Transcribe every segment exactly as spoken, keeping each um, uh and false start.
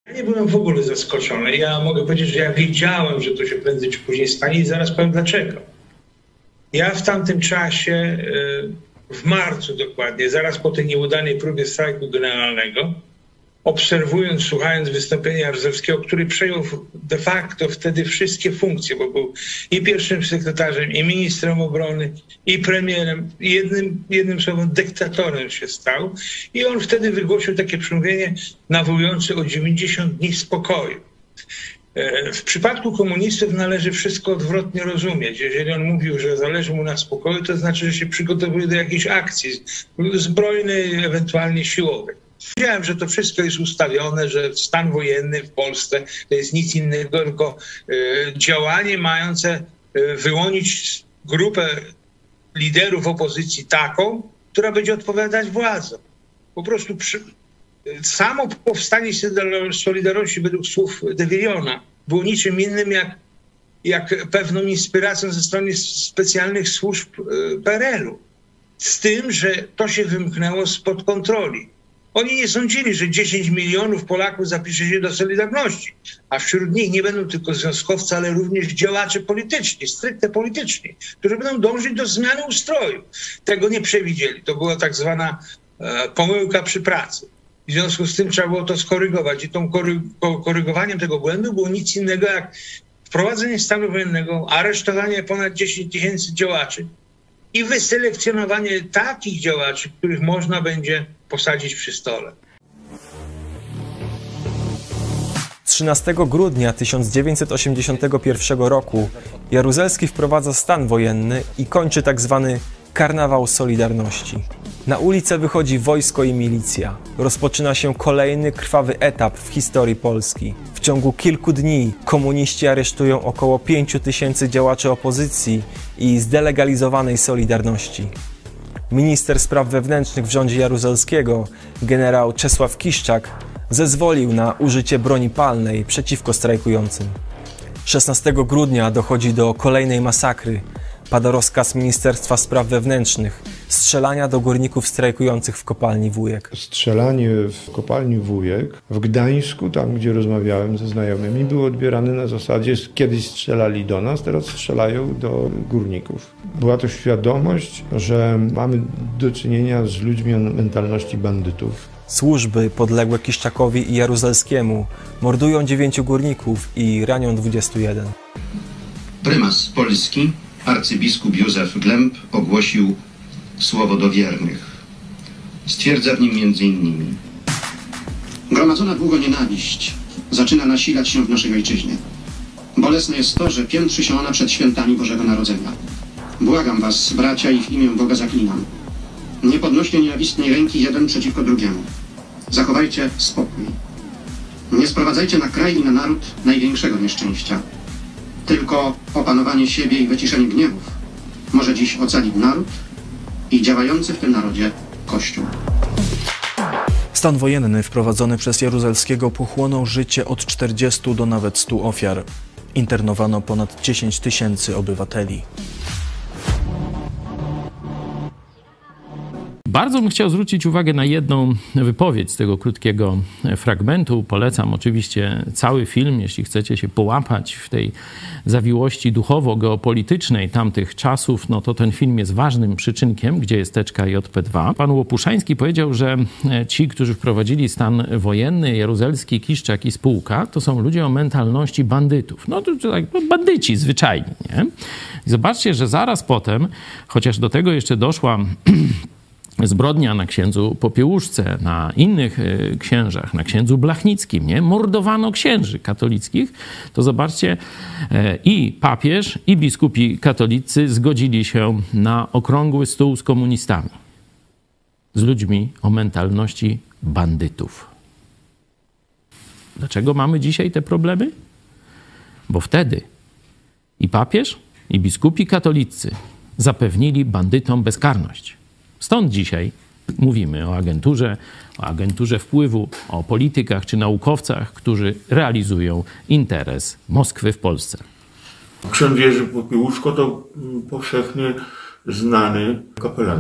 Ja nie byłem w ogóle zaskoczony. Ja mogę powiedzieć, że ja wiedziałem, że to się prędzej czy później stanie i zaraz powiem dlaczego. Ja w tamtym czasie, w marcu dokładnie, zaraz po tej nieudanej próbie strajku generalnego, obserwując, słuchając wystąpienia Jaruzelskiego, który przejął de facto wtedy wszystkie funkcje, bo był i pierwszym sekretarzem, i ministrem obrony, i premierem, i jednym, jednym słowem dyktatorem się stał. I on wtedy wygłosił takie przemówienie nawołujące o dziewięćdziesiąt dni spokoju. W przypadku komunistów należy wszystko odwrotnie rozumieć. Jeżeli on mówił, że zależy mu na spokoju, to znaczy, że się przygotowuje do jakiejś akcji zbrojnej, ewentualnie siłowej. Wiedziałem, że to wszystko jest ustawione, że stan wojenny w Polsce to jest nic innego, tylko y, działanie mające y, wyłonić grupę liderów opozycji taką, która będzie odpowiadać władzom. Po prostu przy, samo powstanie Solidarności według słów de Viriona było niczym innym jak, jak pewną inspiracją ze strony specjalnych służb y, P R L u. Z tym, że to się wymknęło spod kontroli. Oni nie sądzili, że dziesięć milionów Polaków zapisze się do Solidarności, a wśród nich nie będą tylko związkowcy, ale również działacze polityczni, stricte polityczni, którzy będą dążyć do zmiany ustroju. Tego nie przewidzieli. To była tak zwana e, pomyłka przy pracy. W związku z tym trzeba było to skorygować i tą kory, korygowaniem tego błędu było nic innego jak wprowadzenie stanu wojennego, aresztowanie ponad dziesięć tysięcy działaczy i wyselekcjonowanie takich działaczy, których można będzie posadzić przy stole. trzynastego grudnia tysiąc dziewięćset osiemdziesiątego pierwszego roku Jaruzelski wprowadza stan wojenny i kończy tak zwany Karnawał Solidarności. Na ulicę wychodzi wojsko i milicja. Rozpoczyna się kolejny krwawy etap w historii Polski. W ciągu kilku dni komuniści aresztują około pięciu tysięcy działaczy opozycji i zdelegalizowanej Solidarności. Minister spraw wewnętrznych w rządzie Jaruzelskiego, generał Czesław Kiszczak, zezwolił na użycie broni palnej przeciwko strajkującym. szesnastego grudnia dochodzi do kolejnej masakry. Pada rozkaz Ministerstwa Spraw Wewnętrznych strzelania do górników strajkujących w kopalni Wujek. Strzelanie w kopalni Wujek w Gdańsku, tam gdzie rozmawiałem ze znajomymi, było odbierane na zasadzie, kiedyś strzelali do nas, teraz strzelają do górników. Była to świadomość, że mamy do czynienia z ludźmi o mentalności bandytów. Służby podległe Kiszczakowi i Jaruzelskiemu mordują dziewięciu górników i ranią dwudziestu jeden. Prymas Polski, arcybiskup Józef Glemp, ogłosił słowo do wiernych. Stwierdza w nim między innymi: gromadzona długo nienawiść zaczyna nasilać się w naszej ojczyźnie. Bolesne jest to, że piętrzy się ona przed świętami Bożego Narodzenia. Błagam was, bracia, i w imię Boga zaklinam. Nie podnoście nienawistnej ręki jeden przeciwko drugiemu. Zachowajcie spokój. Nie sprowadzajcie na kraj i na naród największego nieszczęścia. Tylko opanowanie siebie i wyciszenie gniewów może dziś ocalić naród i działający w tym narodzie Kościół. Stan wojenny wprowadzony przez Jaruzelskiego pochłonął życie od czterdziestu do nawet stu ofiar. Internowano ponad dziesięć tysięcy obywateli. Bardzo bym chciał zwrócić uwagę na jedną wypowiedź z tego krótkiego fragmentu. Polecam oczywiście cały film, jeśli chcecie się połapać w tej zawiłości duchowo-geopolitycznej tamtych czasów, no to ten film jest ważnym przyczynkiem, gdzie jest teczka J P dwa. Pan Łopuszański powiedział, że ci, którzy wprowadzili stan wojenny, Jaruzelski, Kiszczak i spółka, to są ludzie o mentalności bandytów. No to tak, no, bandyci zwyczajni, nie? I zobaczcie, że zaraz potem, chociaż do tego jeszcze doszła zbrodnia na księdzu Popiełuszce, na innych księżach, na księdzu Blachnickim, nie? Mordowano księży katolickich, to zobaczcie, i papież, i biskupi katolicy zgodzili się na okrągły stół z komunistami, z ludźmi o mentalności bandytów. Dlaczego mamy dzisiaj te problemy? Bo wtedy i papież, i biskupi katolicy zapewnili bandytom bezkarność. Stąd dzisiaj mówimy o agenturze, o agenturze wpływu, o politykach czy naukowcach, którzy realizują interes Moskwy w Polsce. Ksiądz Jerzy Popiełuszko to powszechnie znany kapelan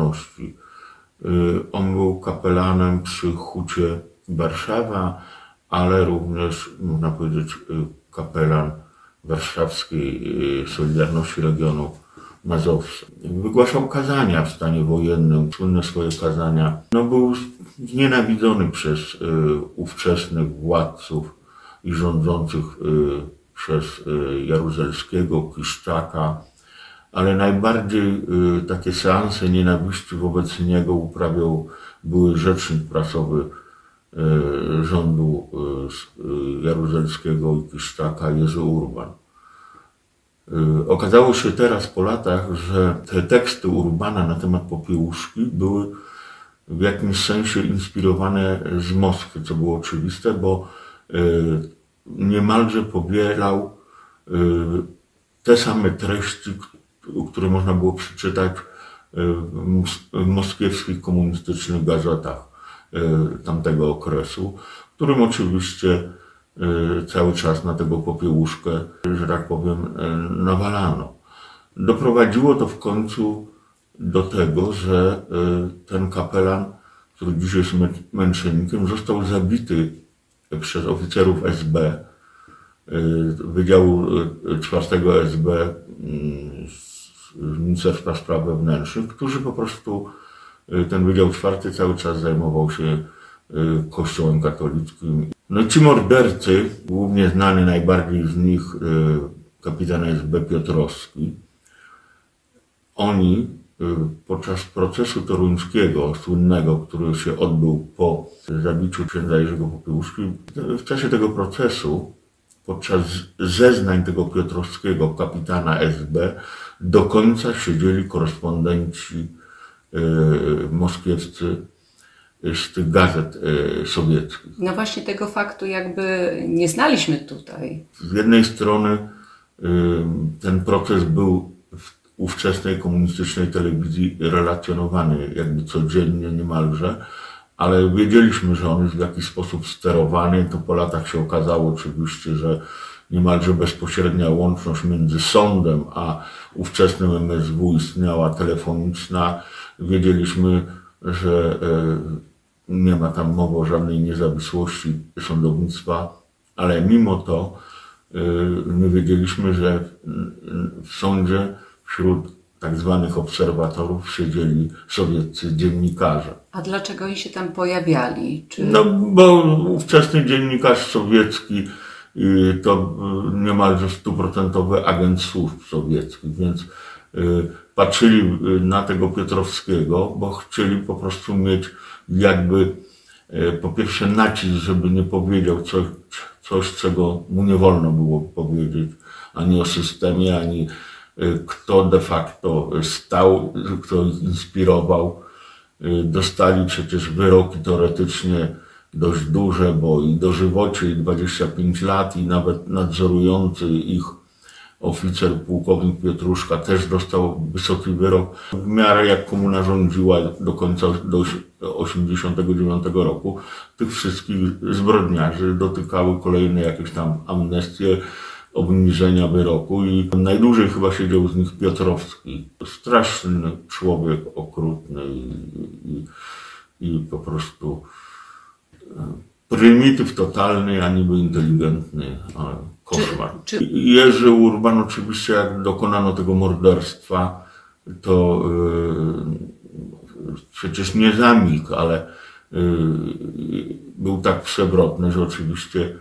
Solidarności. On był kapelanem przy hucie Warszawa, ale również, można powiedzieć, kapelan warszawskiej Solidarności Regionu Mazowsza. Wygłaszał kazania w stanie wojennym, słynne swoje kazania. No, był znienawidzony przez y, ówczesnych władców i rządzących y, przez y, Jaruzelskiego, Kiszczaka, ale najbardziej y, takie seanse nienawiści wobec niego uprawiał były rzecznik prasowy y, rządu y, y, Jaruzelskiego i Kiszczaka, Jerzy Urban. Y, okazało się teraz po latach, że te teksty Urbana na temat Popiełuszki były w jakimś sensie inspirowane z Moskwy, co było oczywiste, bo y, niemalże powielał y, te same treści, które można było przeczytać w moskiewskich komunistycznych gazetach tamtego okresu, którym oczywiście cały czas na tego Popiełuszkę, że tak powiem, nawalano. Doprowadziło to w końcu do tego, że ten kapelan, który dziś jest męczennikiem, został zabity przez oficerów S B, Wydziału czwartego S B z Ministerstwa Spraw Wewnętrznych, którzy po prostu, ten Wydział czwarty cały czas zajmował się Kościołem katolickim. No ci mordercy, głównie znany najbardziej z nich kapitan S B Piotrowski, oni podczas procesu toruńskiego, słynnego, który się odbył po zabiciu księdza Jerzego Popiełuszki, w czasie tego procesu, podczas zeznań tego Piotrowskiego, kapitana S B, do końca siedzieli korespondenci y, moskiewscy z tych gazet y, sowieckich. No właśnie tego faktu jakby nie znaliśmy tutaj. Z jednej strony y, ten proces był w ówczesnej komunistycznej telewizji relacjonowany jakby codziennie niemalże, ale wiedzieliśmy, że on jest w jakiś sposób sterowany. To po latach się okazało oczywiście, że niemalże bezpośrednia łączność między sądem a ówczesnym M S W istniała telefoniczna. Wiedzieliśmy, że nie ma tam mowy o żadnej niezawisłości sądownictwa, ale mimo to nie wiedzieliśmy, że w sądzie wśród tak zwanych obserwatorów siedzieli sowieccy dziennikarze. A dlaczego oni się tam pojawiali? Czy... No, bo ówczesny dziennikarz sowiecki to niemalże stuprocentowy agent służb sowieckich, więc patrzyli na tego Piotrowskiego, bo chcieli po prostu mieć jakby po pierwsze nacisk, żeby nie powiedział coś, coś czego mu nie wolno było powiedzieć, ani o systemie, ani kto de facto stał, kto ich inspirował. Dostali przecież wyroki teoretycznie dość duże, bo i dożywocie, i dwadzieścia pięć lat, i nawet nadzorujący ich oficer, pułkownik Pietruszka też dostał wysoki wyrok. W miarę jak komuna rządziła do końca, do osiemdziesiątego dziewiątego roku, tych wszystkich zbrodniarzy dotykały kolejne jakieś tam amnestie, obniżenia wyroku i najdłużej chyba siedział z nich Piotrowski. Straszny człowiek, okrutny i, i, i po prostu prymityw totalny, a niby inteligentny, ale koszmar. Czy, czy... Jerzy Urban oczywiście, jak dokonano tego morderstwa, to yy, przecież nie zamilkł, ale yy, był tak przewrotny, że oczywiście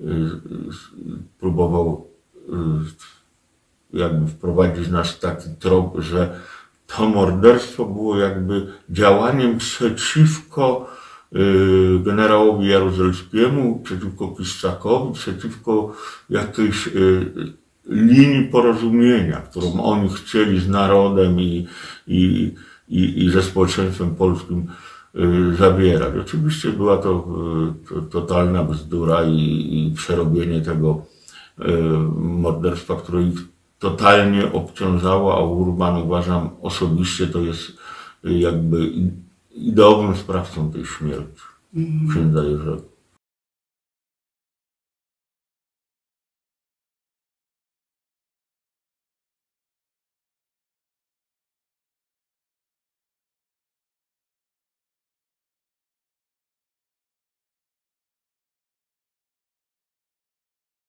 próbował jakby wprowadzić nas w taki trop, że to morderstwo było jakby działaniem przeciwko generałowi Jaruzelskiemu, przeciwko Kiszczakowi, przeciwko jakiejś linii porozumienia, którą oni chcieli z narodem i, i, i, i ze społeczeństwem polskim zawierać. Oczywiście była to, to totalna bzdura i, i przerobienie tego morderstwa, które ich totalnie obciążało, a Urban, uważam osobiście, to jest jakby ideowym sprawcą tej śmierci księdza Jerzego.